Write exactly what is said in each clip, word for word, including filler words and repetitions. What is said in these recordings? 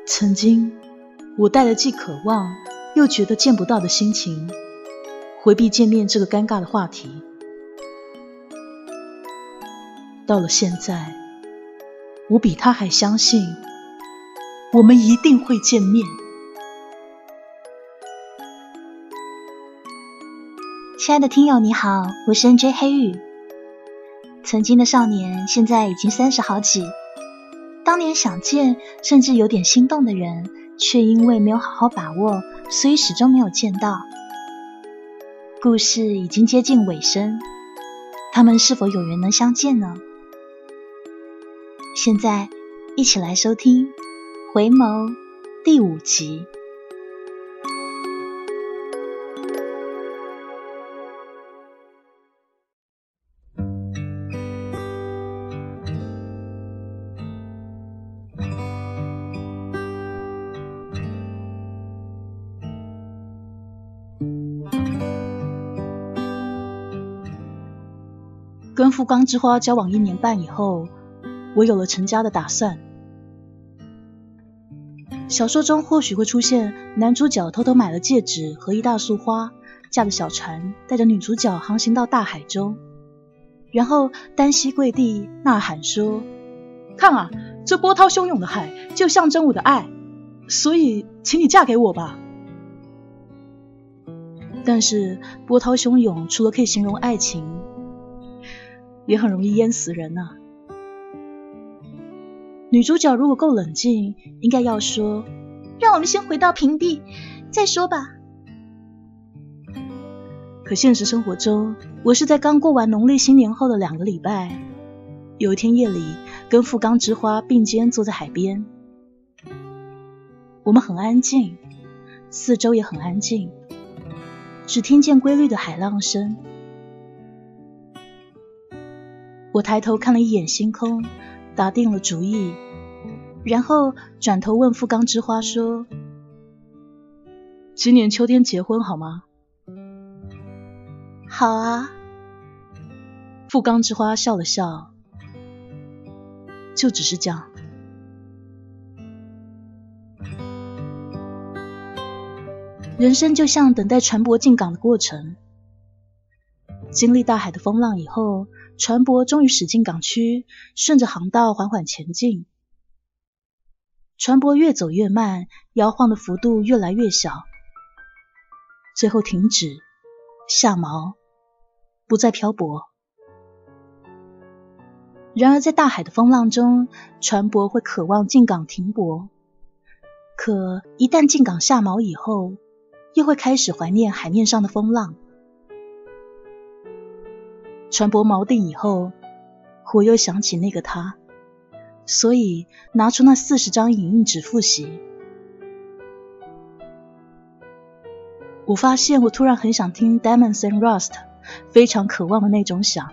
曾经，我带着既渴望又觉得见不到的心情，回避见面这个尴尬的话题。到了现在，我比他还相信，我们一定会见面。 亲爱的听友你好，我是 N J 黑羽。曾经的少年，现在已经三十好几。当年想见，甚至有点心动的人，却因为没有好好把握，所以始终没有见到。故事已经接近尾声，他们是否有缘能相见呢？现在，一起来收听《回眸》第五集。 跟富冈之花交往一年半以后，我有了成家的打算。小说中或许会出现男主角偷偷买了戒指和一大束花，驾着小船带着女主角航行到大海中，然后单膝跪地呐喊说：看啊，这波涛汹涌的海就象征我的爱，所以请你嫁给我吧。但是波涛汹涌除了可以形容爱情，也很容易淹死人啊。女主角如果够冷静，应该要说：让我们先回到平地再说吧。可现实生活中，我是在刚过完农历新年后的两个礼拜，有一天夜里，跟富冈之花并肩坐在海边。我们很安静，四周也很安静，只听见规律的海浪声。我抬头看了一眼星空，打定了主意，然后转头问富冈之花说：今年秋天结婚好吗？ 好啊。 富冈之花笑了笑，就只是这样。人生就像等待船舶进港的过程，经历大海的风浪以后，船舶终于驶进港区，顺着航道缓缓前进。船舶越走越慢，摇晃的幅度越来越小，最后停止，下锚，不再漂泊。然而在大海的风浪中，船舶会渴望进港停泊，可一旦进港下锚以后，又会开始怀念海面上的风浪。船舶锚定以后，我又想起那个他，所以拿出那四十张影印纸复习。我发现我突然很想听 Diamonds and Rust， 非常渴望的那种想。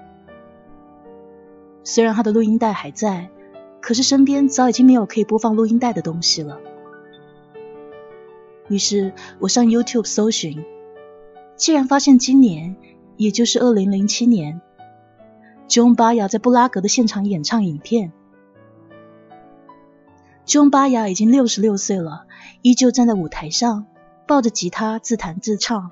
虽然他的录音带还在，可是身边早已经没有可以播放录音带的东西了。于是我上 YouTube 搜寻，竟然发现今年也就是二零零七年 Joan Baez 在布拉格的现场演唱影片。Joan Baez 已经六十六岁了，依旧站在舞台上，抱着吉他自弹自唱。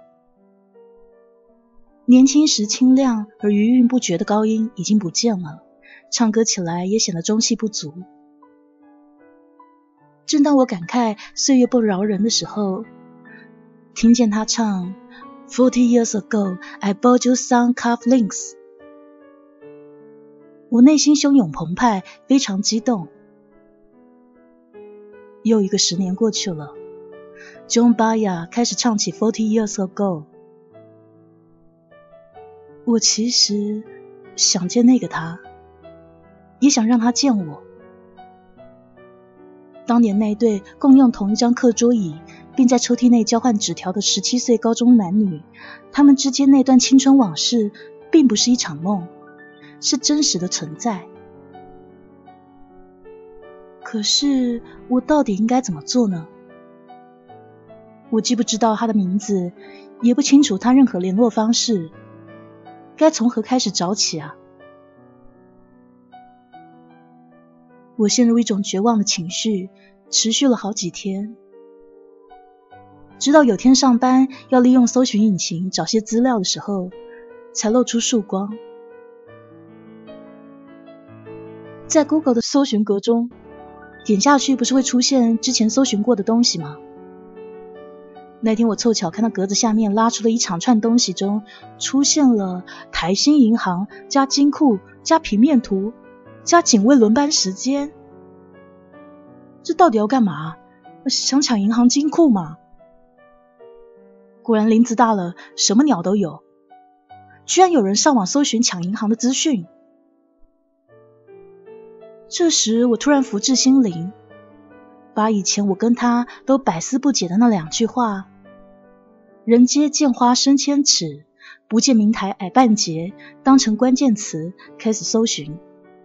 年轻时清亮而余韵不绝的高音已经不见了，唱歌起来也显得中气不足。正当我感慨岁月不饶人的时候，听见他唱Forty years ago, I bought you some cufflinks。 我内心汹涌澎湃，非常激动。又一个十年过去了， Joan Baez 开始唱起 Forty years ago。 我其实想见那个他，也想让他见我。当年那对共用同一张课桌椅，并在抽屉内交换纸条的十七岁高中男女，他们之间那段青春往事并不是一场梦，是真实的存在。可是我到底应该怎么做呢？我既不知道他的名字，也不清楚他任何联络方式，该从何开始找起啊？我陷入一种绝望的情绪， 持续了好几天，直到有天上班要利用搜寻引擎找些资料的时候，才露出曙光。在 Google 的搜寻格中，点下去不是会出现之前搜寻过的东西吗？那天我凑巧看到格子下面拉出了一长串东西中，出现了台新银行加金库加平面图加警卫轮班时间。这到底要干嘛？想抢银行金库吗？果然林子大了，什么鸟都有。居然有人上网搜寻抢银行的资讯。这时我突然福至心灵，把以前我跟他都百思不解的那两句话“人皆见花生千尺，不见明台矮半截”当成关键词开始搜寻。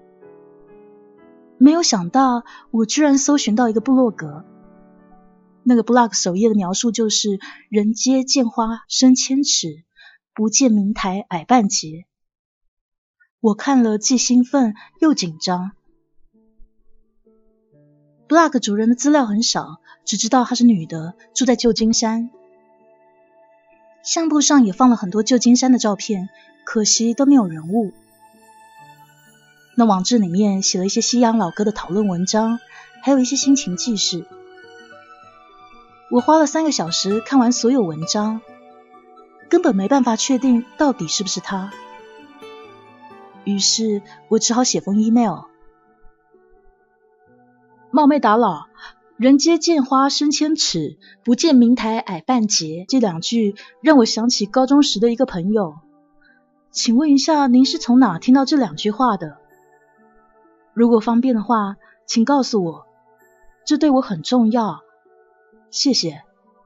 没有想到我居然搜寻到一个部落格，那个 blog 首页的描述就是“人皆见花生千尺，不见明台矮半截”。我看了既兴奋又紧张。blog 主人的资料很少，只知道她是女的，住在旧金山。相簿上也放了很多旧金山的照片，可惜都没有人物。那网志里面写了一些西洋老歌的讨论文章，还有一些心情记事。我花了三个小时看完所有文章，根本没办法确定到底是不是他。于是我只好写封 email。冒昧打扰，人皆见花生千尺，不见明台矮半截，这两句让我想起高中时的一个朋友。请问一下，您是从哪听到这两句话的？如果方便的话，请告诉我，这对我很重要。谢谢。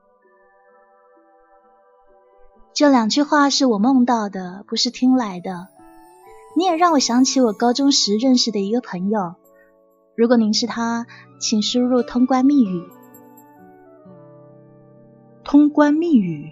这两句话是我梦到的，不是听来的。你也让我想起我高中时认识的一个朋友。如果您是他，请输入通关密语。 通关密语？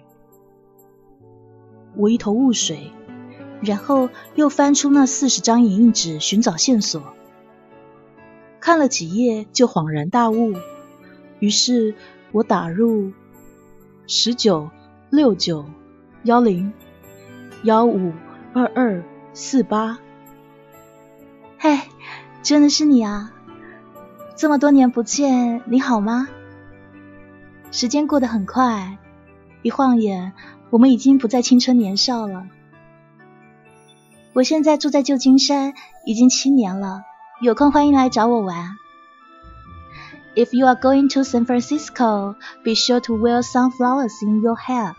我一头雾水，然后又翻出那四十张影印纸寻找线索。看了几页就恍然大悟，于是我打入十九六九幺零幺五二二四八。 嘿，真的是你啊！这么多年不见，你好吗？时间过得很快，一晃眼，我们已经不再青春年少了。我现在住在旧金山，已经七年了，有空欢迎来找我玩。If you are going to San Francisco, be sure to wear sunflowers in your hair.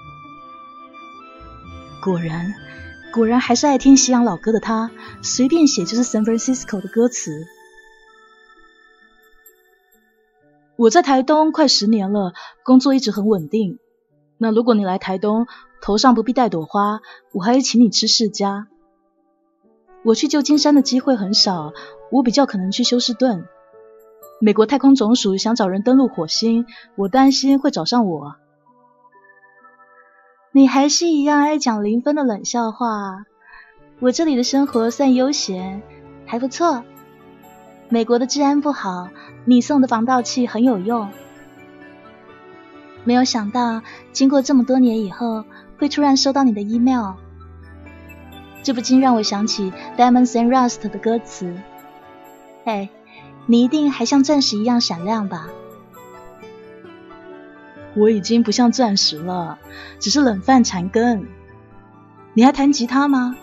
果然，果然还是爱听西洋老歌的他，随便写就是 San Francisco 的歌词。我在台东快十年了，工作一直很稳定。那如果你来台东，头上不必戴朵花，我还会请你吃释迦。我去旧金山的机会很少，我比较可能去休斯顿。美国太空总署想找人登陆火星，我担心会找上我。 你还是一样爱讲零分的冷笑话。我这里的生活算悠闲，还不错。美国的治安不好，你送的防盗器很有用。没有想到，经过这么多年以后，会突然收到你的 email。这不禁让我想起 Diamonds and Rust 的歌词。嘿，你一定还像钻石一样闪亮吧？ 我已经不像钻石了，只是冷饭残羹。你还弹吉他吗？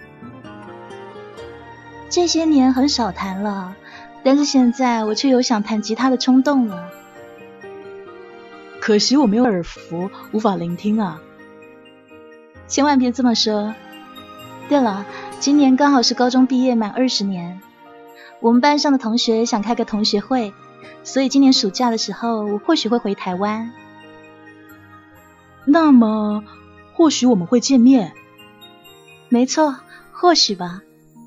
这些年很少弹了，但是现在我却有想弹吉他的冲动了。 可惜我没有耳福，无法聆听啊。 千万别这么说。对了，今年刚好是高中毕业满二十年，我们班上的同学想开个同学会，所以今年暑假的时候，我或许会回台湾。 那么，或许我们会见面。 没错，或许吧。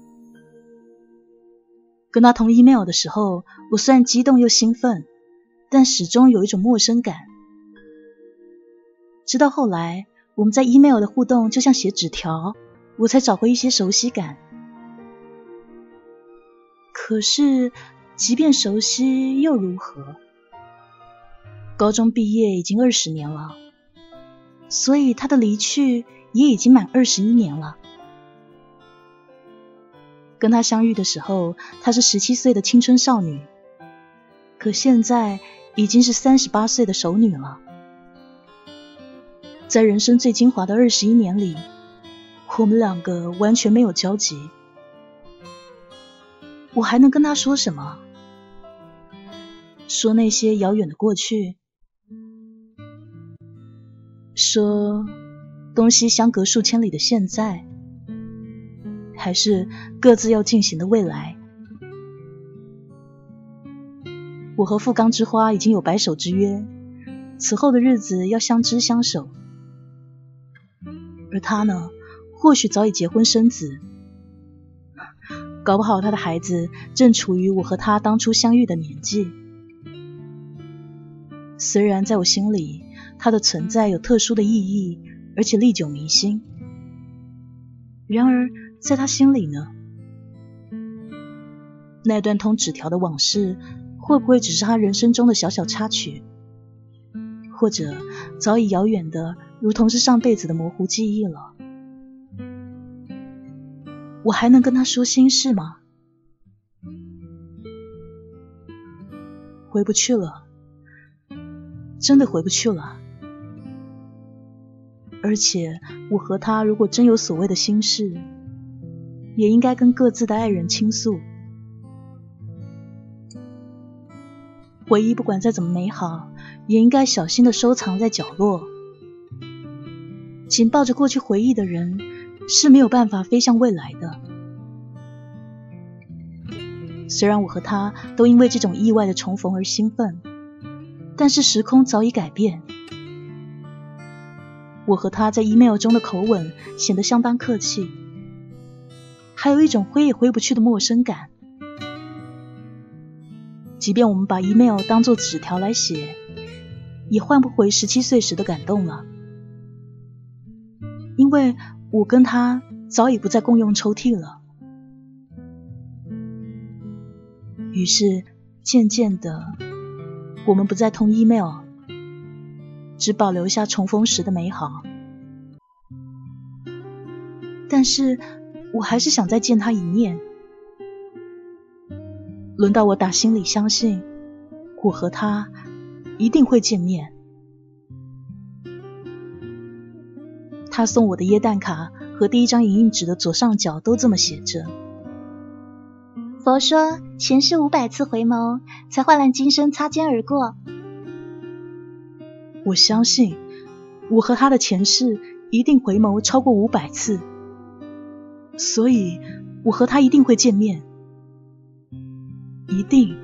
跟他通 email 的时候，我虽然激动又兴奋，但始终有一种陌生感。直到后来，我们在 email 的互动就像写纸条，我才找回一些熟悉感。可是，即便熟悉又如何？ 高中毕业已经二十年了，所以他的离去也已经满二十一年了。跟他相遇的时候，她是十七岁的青春少女，可现在已经是三十八岁的熟女了。在人生最精华的二十一年里，我们两个完全没有交集。我还能跟他说什么？说那些遥远的过去，说东西相隔数千里的现在，还是各自要进行的未来？我和富冈之花已经有白首之约，此后的日子要相知相守。而他呢，或许早已结婚生子，搞不好他的孩子正处于我和他当初相遇的年纪。虽然在我心里，他的存在有特殊的意义，而且历久弥新，然而在他心里呢，那段通纸条的往事，会不会只是他人生中的小小插曲，或者早已遥远的如同是上辈子的模糊记忆了？我还能跟他说心事吗？回不去了，真的回不去了。而且我和他如果真有所谓的心事，也应该跟各自的爱人倾诉。回忆不管再怎么美好，也应该小心地收藏在角落。紧抱着过去回忆的人是没有办法飞向未来的。虽然我和他都因为这种意外的重逢而兴奋，但是时空早已改变。我和他在 email 中的口吻显得相当客气，还有一种挥也挥不去的陌生感。即便我们把 email 当作纸条来写，也换不回十七岁时的感动了。因为我跟他早已不再共用抽屉了。于是渐渐的，我们不再通 email， 只保留下重逢时的美好。但是我还是想再见他一面。轮到我打心里相信，我和他一定会见面。他送我的耶诞卡和第一张影印纸的左上角都这么写着： 佛说前世五百次回眸，才换来今生擦肩而过。 我相信我和他的前世一定回眸超过五百次，所以我和他一定会见面，一定。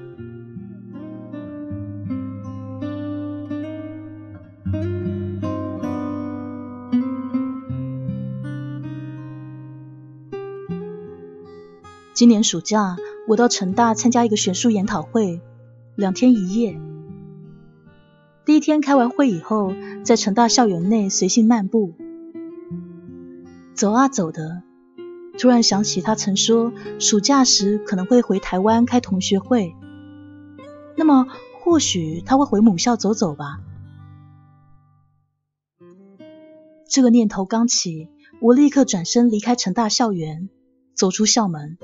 今年暑假，我到成大参加一个学术研讨会，两天一夜。第一天开完会以后，在成大校园内随性漫步，走啊走的，突然想起他曾说暑假时可能会回台湾开同学会，那么或许他会回母校走走吧。这个念头刚起，我立刻转身离开成大校园，走出校门。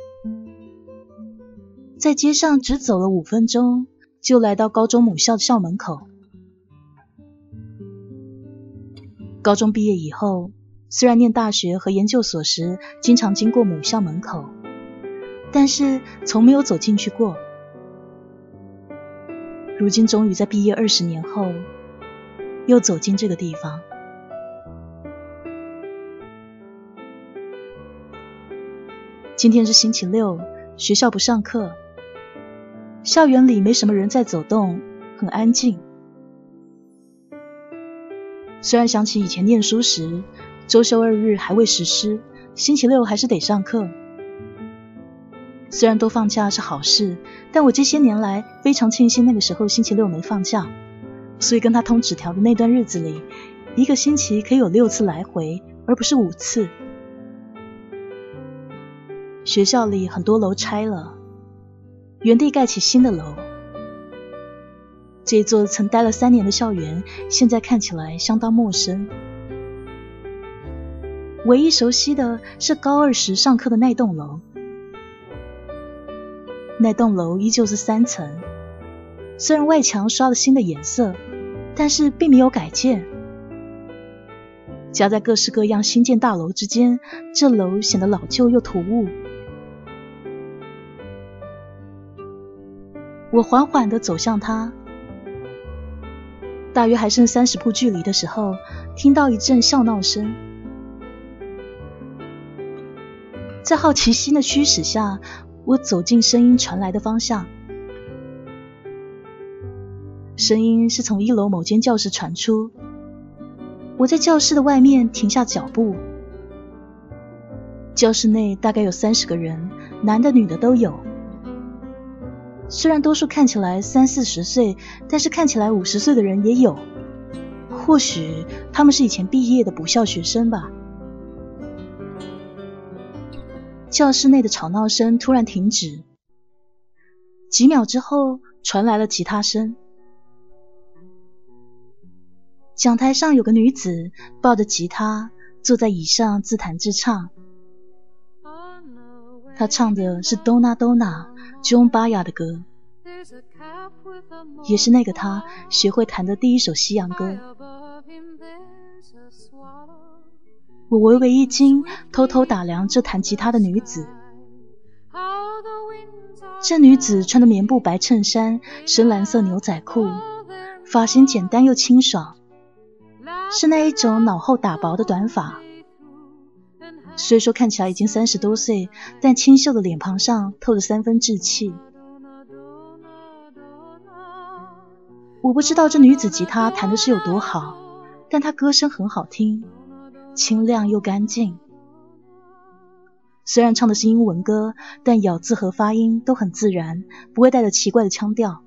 在街上只走了五分钟，就来到高中母校的校门口。高中毕业以后，虽然念大学和研究所时经常经过母校门口，但是从没有走进去过。如今终于在毕业二十年后，又走进这个地方。今天是星期六，学校不上课，校园里没什么人在走动，很安静。虽然想起以前念书时，周休二日还未实施，星期六还是得上课。虽然都放假是好事，但我这些年来非常庆幸那个时候星期六没放假，所以跟他通纸条的那段日子里，一个星期可以有六次来回，而不是五次。学校里很多楼拆了，原地盖起新的楼。 这座曾待了三年的校园，现在看起来相当陌生。唯一熟悉的是高二时上课的那栋楼。那栋楼依旧是三层，虽然外墙刷了新的颜色，但是并没有改建。夹在各式各样新建大楼之间，这楼显得老旧又突兀。我缓缓地走向它，大约还剩三十步距离的时候，听到一阵笑闹声。在好奇心的驱使下，我走进声音传来的方向。声音是从一楼某间教室传出。我在教室的外面停下脚步。教室内大概有三十个人，男的女的都有。虽然多数看起来三四十岁，但是看起来五十岁的人也有。或许他们是以前毕业的补校学生吧。教室内的吵闹声突然停止，几秒之后传来了吉他声。讲台上有个女子抱着吉他坐在椅上自弹自唱，她唱的是 Donna Donna John 巴雅的歌，也是那个她学会弹的第一首西洋歌。我微微一惊，偷偷打量这弹吉他的女子。这女子穿的棉布白衬衫，深蓝色牛仔裤，发型简单又清爽，是那一种脑后打薄的短发。虽说看起来已经三十多岁，但清秀的脸庞上透着三分稚气。我不知道这女子吉他弹的是有多好，但她歌声很好听，清亮又干净。虽然唱的是英文歌，但咬字和发音都很自然，不会带着奇怪的腔调。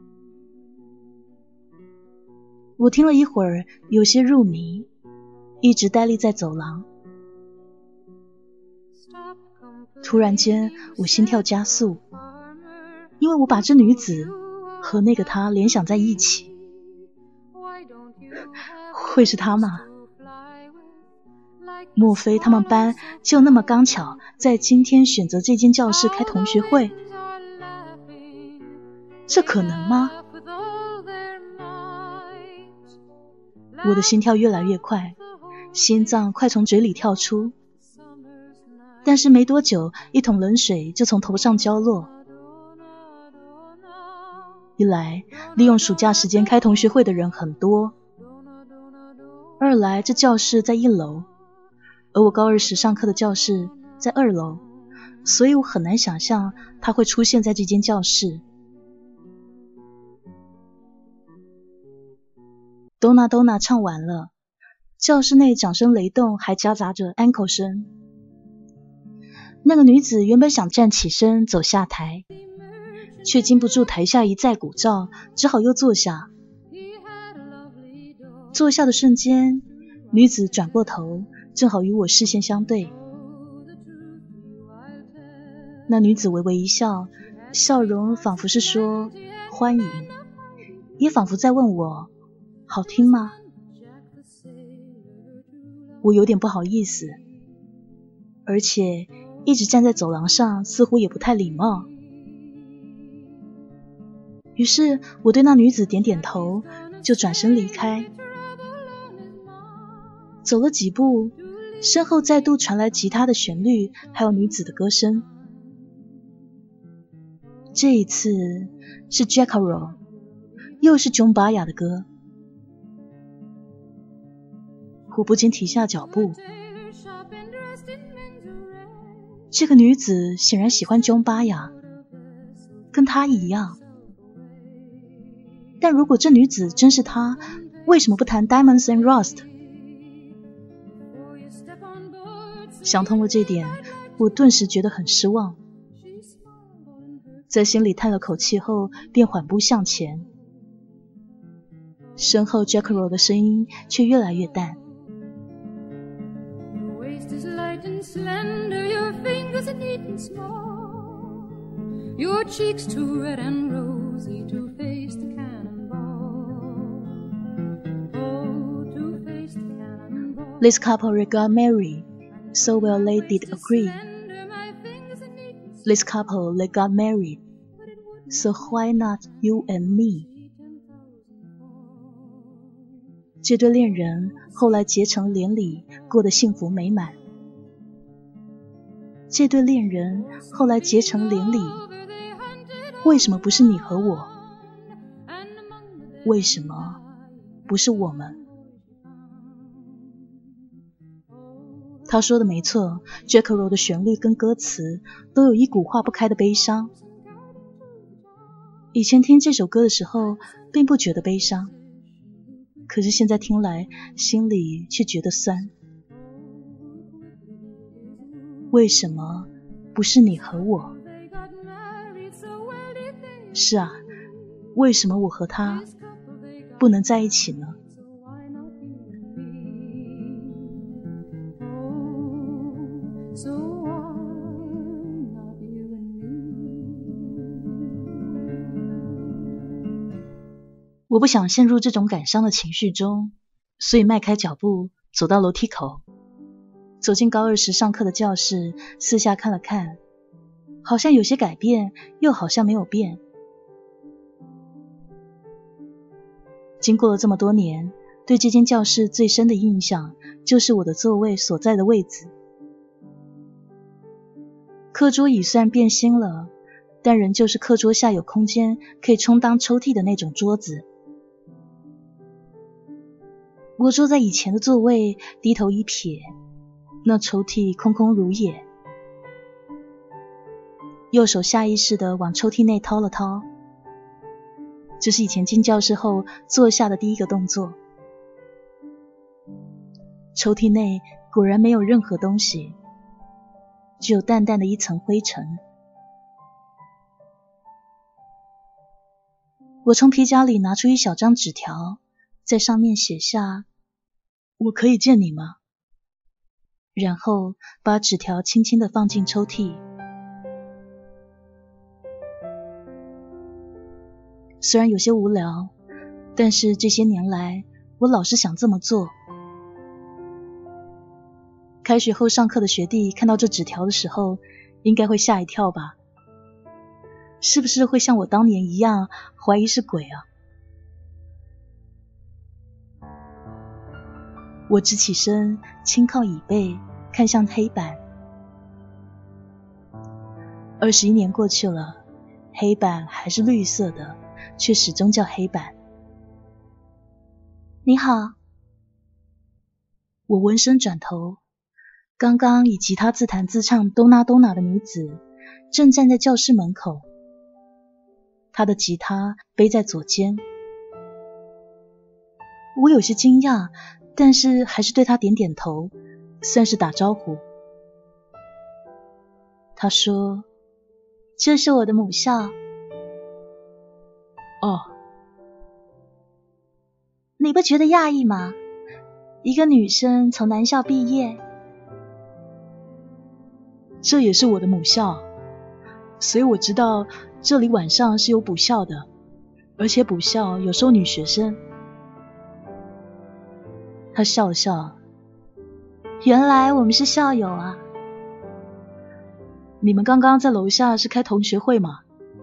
我听了一会儿，有些入迷，一直呆立在走廊。突然间，我心跳加速，因为我把这女子和那个她联想在一起。会是她吗？莫非他们班就那么刚巧在今天选择这间教室开同学会？这可能吗？我的心跳越来越快，心脏快从嘴里跳出。但是没多久，一桶冷水就从头上浇落。一来，利用暑假时间开同学会的人很多；二来，这教室在一楼，而我高二时上课的教室在二楼，所以我很难想象他会出现在这间教室。Donna Donna 唱完了，教室内掌声雷动，还夹杂着安口声。那个女子原本想站起身走下台，却禁不住台下一再鼓噪，只好又坐下。坐下的瞬间，女子转过头，正好与我视线相对。那女子微微一笑，笑容仿佛是说欢迎，也仿佛在问我好听吗？我有点不好意思，而且一直站在走廊上似乎也不太礼貌。于是我对那女子点点头，就转身离开。走了几步，身后再度传来吉他的旋律，还有女子的歌声。这一次是 Jacaro， 又是 John 巴雅的歌。我不禁停下脚步。这个女子显然喜欢 John 巴雅，跟她一样。但如果这女子真是她，为什么不弹 Diamonds and Rust？ 想通了这点，我顿时觉得很失望。在心里叹了口气后，便缓步向前。身后 Jacaro 的声音却越来越淡。 Your fingers are neat and small. Your cheeks too red and rosy to face the cannonball. This couple they got married, so well they did agree. This couple they got married, so why not you and me? 这对恋人后来结成连理，过得幸福美满。这对恋人后来结成连理，为什么不是你和我？为什么不是我们？他说的没错， Jacaro 的旋律跟歌词都有一股化不开的悲伤。以前听这首歌的时候并不觉得悲伤，可是现在听来心里却觉得酸。为什么不是你和我？是啊，为什么我和他不能在一起呢？我不想陷入这种感伤的情绪中，所以迈开脚步走到楼梯口，走进高二时上课的教室，四下看了看，好像有些改变，又好像没有变。经过了这么多年，对这间教室最深的印象就是我的座位所在的位置。课桌椅虽然变新了，但仍旧是课桌下有空间可以充当抽屉的那种桌子。我坐在以前的座位，低头一瞥，那抽屉空空如也。右手下意识地往抽屉内掏了掏，这是以前进教室后坐下的第一个动作。抽屉内果然没有任何东西，只有淡淡的一层灰尘。我从皮夹里拿出一小张纸条，在上面写下我可以见你吗？然后把纸条轻轻地放进抽屉。虽然有些无聊，但是这些年来我老是想这么做。开学后上课的学弟看到这纸条的时候，应该会吓一跳吧？是不是会像我当年一样怀疑是鬼啊？我直起身，轻靠椅背，看向黑板。二十一年过去了，黑板还是绿色的，却始终叫黑板。 你好。 我闻声转头，刚刚以吉他自弹自唱哆呐哆呐的女子正站在教室门口，她的吉他背在左肩。我有些惊讶，但是还是对她点点头，算是打招呼。她说：“ 这是我的母校。” 哦。 你不觉得讶异吗？一个女生从男校毕业。 这也是我的母校，所以我知道这里晚上是有补校的，而且补校有收女学生。他笑了笑。 原来我们是校友啊。 你们刚刚在楼下是开同学会吗？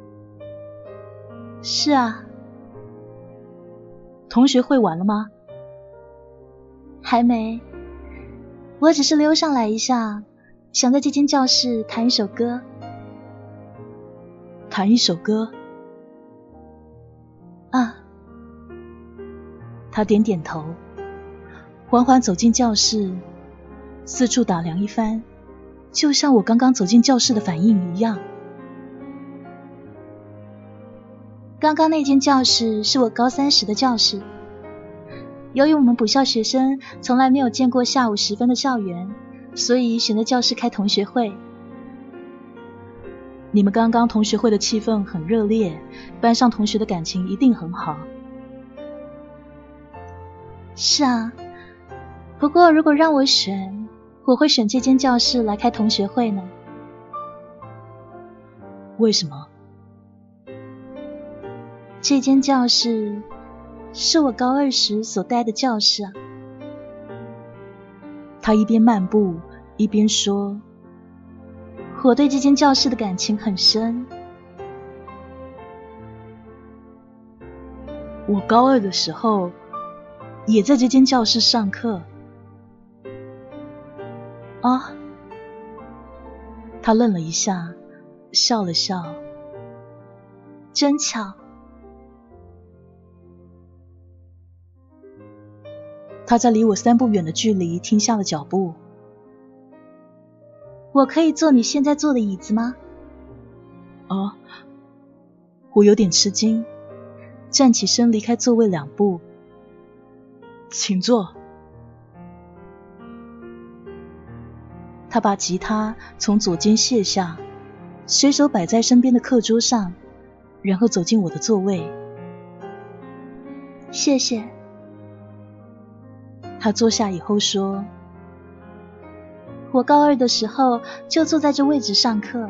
是啊。 同学会完了吗？ 还没，我只是溜上来一下，想在这间教室弹一首歌。 弹一首歌？ 啊。 他点点头，缓缓走进教室，四处打量一番，就像我刚刚走进教室的反应一样。 刚刚那间教室是我高三时的教室。由于我们补校学生从来没有见过下午时分的校园，所以选择教室开同学会。 你们刚刚同学会的气氛很热烈，班上同学的感情一定很好。 是啊，不过如果让我选，我会选这间教室来开同学会呢。 为什么？ 这间教室是我高二时所待的教室啊。 他一边漫步一边说， 我对这间教室的感情很深。 我高二的时候也在这间教室上课。啊，他愣了一下，笑了笑， 真巧。 他在离我三步远的距离停下了脚步。 我可以坐你现在坐的椅子吗？ 啊，我有点吃惊，站起身离开座位两步。请坐。他把吉他从左肩卸下，随手摆在身边的课桌上，然后走进我的座位。 谢谢。 他坐下以后说， 我高二的时候就坐在这位置上课。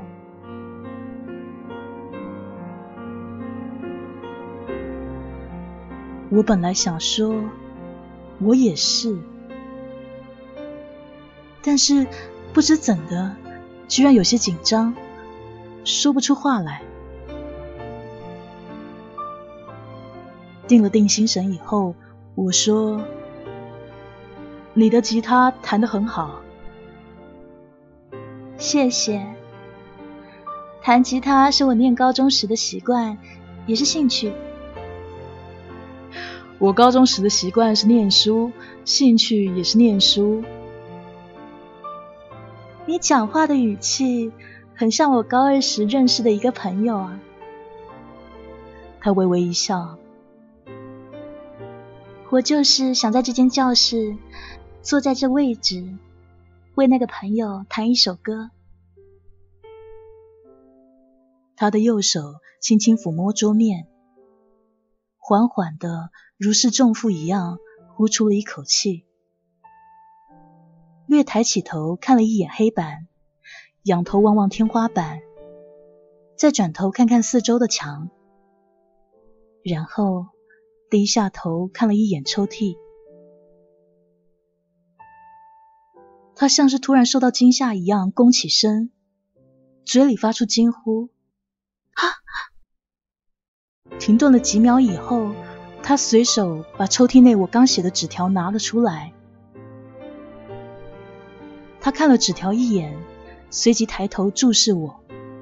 我本来想说我也是，但是不知怎的居然有些紧张，说不出话来。定了定心神以后，我说，你的吉他弹得很好。 谢谢。弹吉他是我念高中时的习惯，也是兴趣。 我高中时的习惯是念书，兴趣也是念书。 你讲话的语气很像我高二时认识的一个朋友啊。 他微微一笑。 我就是想在这间教室，坐在这位置，为那个朋友弹一首歌。 他的右手轻轻抚摸桌面，缓缓的如释重负一样呼出了一口气，略抬起头看了一眼黑板，仰头望望天花板，再转头看看四周的墙，然后低下头看了一眼抽屉。他像是突然受到惊吓一样弓起身，嘴里发出惊呼。 啊！ 停顿了几秒以后，他随手把抽屉内我刚写的纸条拿了出来。他看了纸条一眼，随即抬头注视我。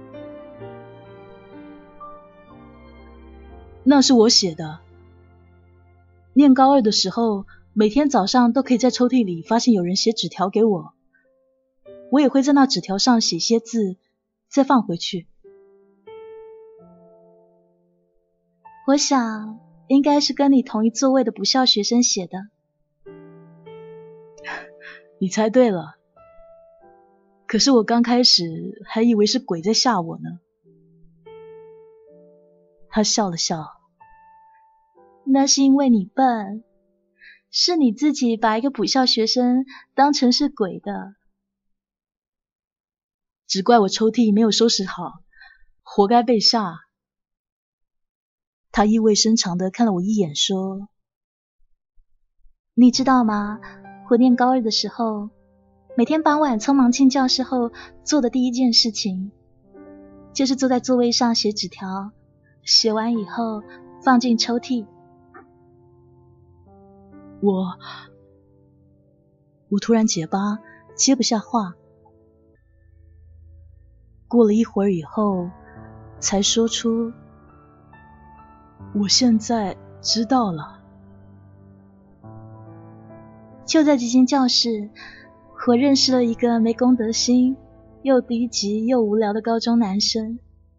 那是我写的。念高二的时候，每天早上都可以在抽屉里发现有人写纸条给我，我也会在那纸条上写些字，再放回去。 我想应该是跟你同一座位的不肖学生写的。 你猜对了。可是我刚开始还以为是鬼在吓我呢。他笑了笑。 那是因为你笨，是你自己把一个补校学生当成是鬼的。 只怪我抽屉没有收拾好，活该被吓。他意味深长地看了我一眼，说： 你知道吗？我念高二的时候，每天傍晚匆忙进教室后做的第一件事情，就是坐在座位上写纸条，写完以后放进抽屉。 我我突然结巴，接不下话。过了一会儿以后，才说出：我现在知道了。 就在这间教室，我认识了一个没公德心、又低级又无聊的高中男生。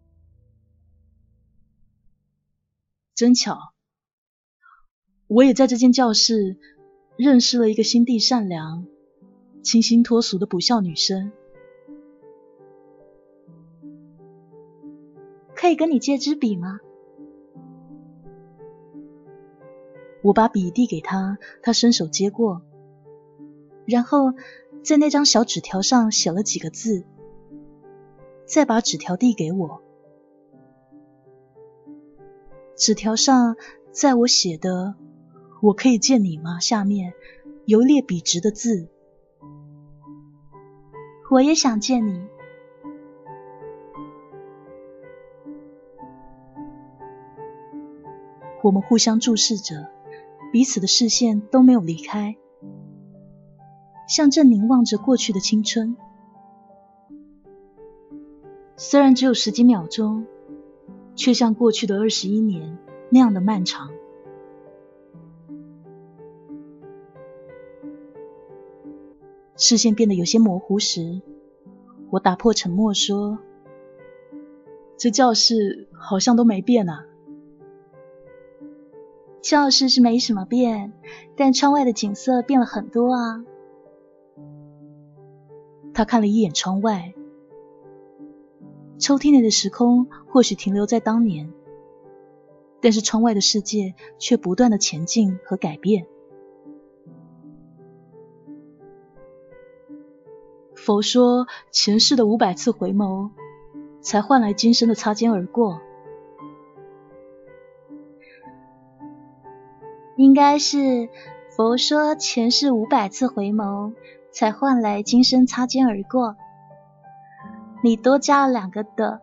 真巧，我也在这间教室认识了一个心地善良、清新脱俗的补校女生。 可以跟你借支笔吗？ 我把笔递给他，他伸手接过，然后在那张小纸条上写了几个字，再把纸条递给我。纸条上在我写的我可以见你吗下面有列笔直的字， 我也想见你。 我们互相注视着，彼此的视线都没有离开，像正凝望着过去的青春。虽然只有十几秒钟，却像过去的二十一年那样的漫长。视线变得有些模糊时，我打破沉默说：这教室好像都没变啊。 教室是没什么变，但窗外的景色变了很多啊。 他看了一眼窗外，抽屉内的时空或许停留在当年，但是窗外的世界却不断的前进和改变。佛说前世的五百次回眸，才换来今生的擦肩而过。 应该是佛说前世五百次回眸，才换来今生擦肩而过。你多加了两个的。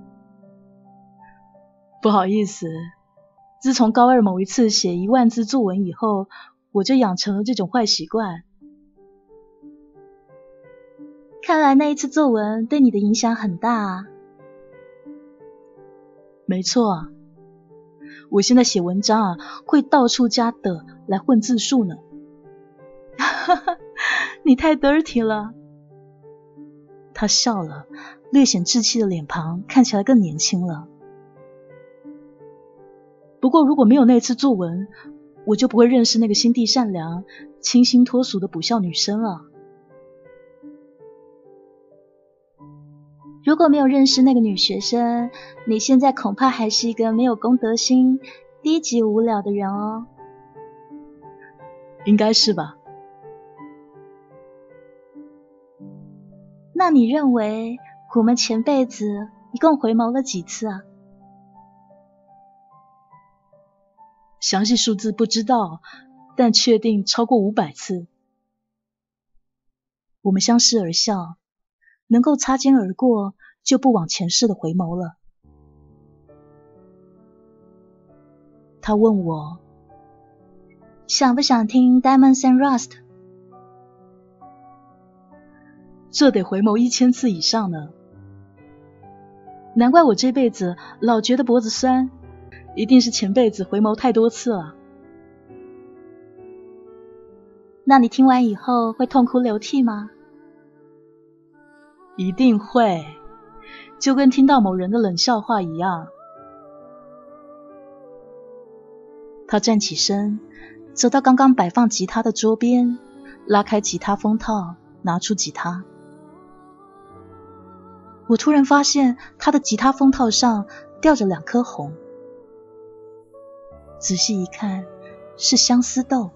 不好意思，自从高二某一次写一万字作文以后，我就养成了这种坏习惯。 看来那一次作文对你的影响很大啊。 没错，我现在写文章啊，会到处加的来混字数呢。 你太 dirty 了。 他笑了，略显稚气的脸庞看起来更年轻了。不过如果没有那次作文，我就不会认识那个心地善良、清新脱俗的补校女生了。 如果没有认识那个女学生，你现在恐怕还是一个没有公德心、低级无聊的人哦。 应该是吧。 那你认为我们前辈子一共回眸了几次啊？ 详细数字不知道，但确定超过五百次。我们相视而笑，能够擦肩而过，就不枉前世的回眸了。他问我， 想不想听 Diamonds and Rust？ 这得回眸一千次以上呢。难怪我这辈子老觉得脖子酸，一定是前辈子回眸太多次了。 那你听完以后会痛哭流涕吗？ 一定会，就跟听到某人的冷笑话一样。他站起身，走到刚刚摆放吉他的桌边，拉开吉他封套，拿出吉他。我突然发现他的吉他封套上吊着两颗红，仔细一看，是相思豆。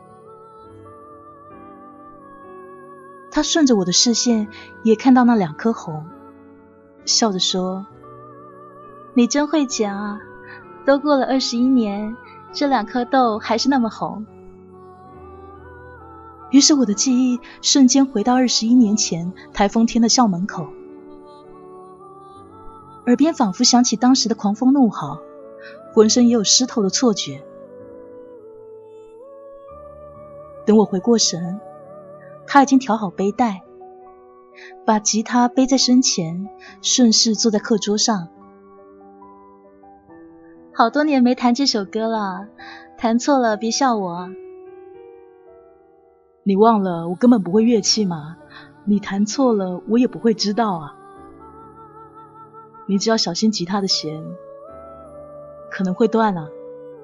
他顺着我的视线也看到那两颗红，笑着说： 你真会讲啊，都过了二十一年，这两颗豆还是那么红。 于是我的记忆瞬间回到二十一年前台风天的校门口，耳边仿佛响起当时的狂风怒嚎，浑身也有湿透的错觉。等我回过神，他已经调好背带，把吉他背在身前，顺势坐在课桌上。 好多年没弹这首歌了，弹错了别笑我。 你忘了我根本不会乐器吗？你弹错了我也不会知道啊。你只要小心吉他的弦，可能会断啊。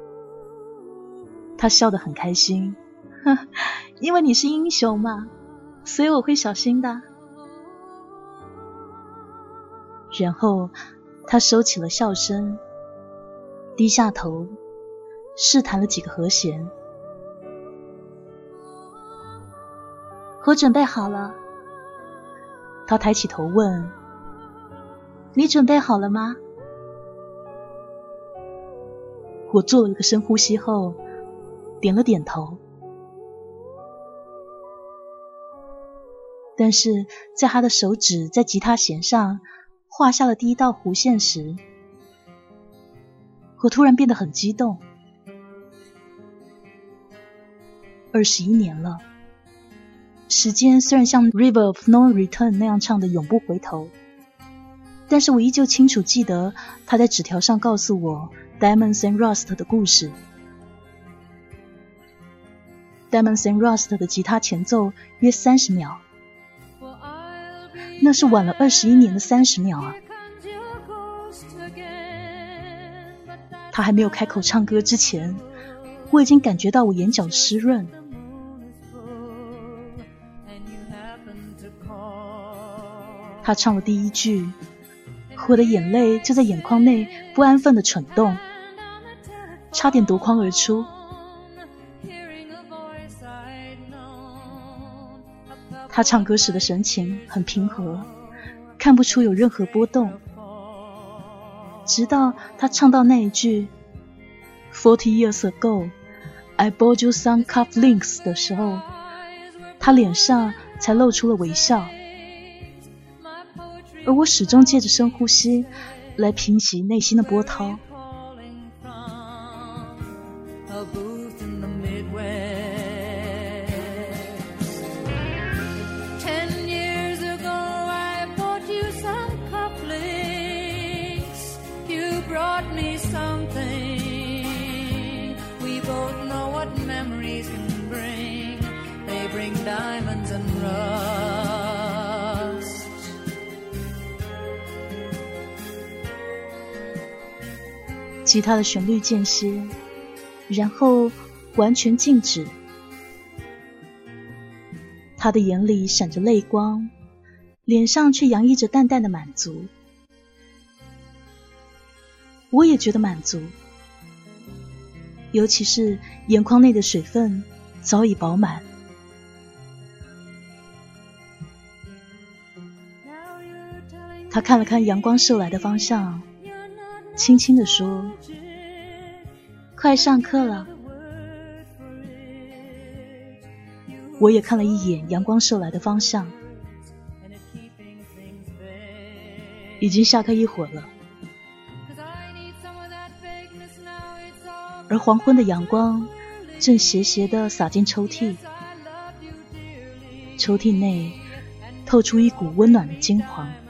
他笑得很开心， 因为你是英雄嘛，所以我会小心的。 然后他收起了笑声，低下头试弹了几个和弦。 我准备好了。 他抬起头问： 你准备好了吗？ 我做了一个深呼吸后，点了点头。 但是在他的手指在吉他弦上画下了第一道弧线时，我突然变得很激动。二十一年了，时间虽然像 River of No Return 那样唱的永不回头，但是我依旧清楚记得他在纸条上告诉我 Diamonds and Rust 的故事。Diamonds and Rust 的吉他前奏约三十秒，那是晚了二十一年的三十秒啊！他还没有开口唱歌之前，我已经感觉到我眼角湿润。他唱了第一句，我的眼泪就在眼眶内不安分地蠢动，差点夺眶而出。他唱歌时的神情很平和，看不出有任何波动，直到他唱到那一句 Forty years ago I bought you some cufflinks 的时候，他脸上才露出了微笑。而我始终借着深呼吸来平息内心的波涛。 Diamonds and rust. 吉他的旋律间歇，然后完全静止。他的眼里闪着泪光，脸上却洋溢着淡淡的满足。我也觉得满足，尤其是眼眶内的水分早已饱满。他看了看阳光射来的方向，轻轻地说：“快上课了。”我也看了一眼阳光射来的方向，已经下课一会儿了。而黄昏的阳光正斜斜地洒进抽屉，抽屉内透出一股温暖的金黄。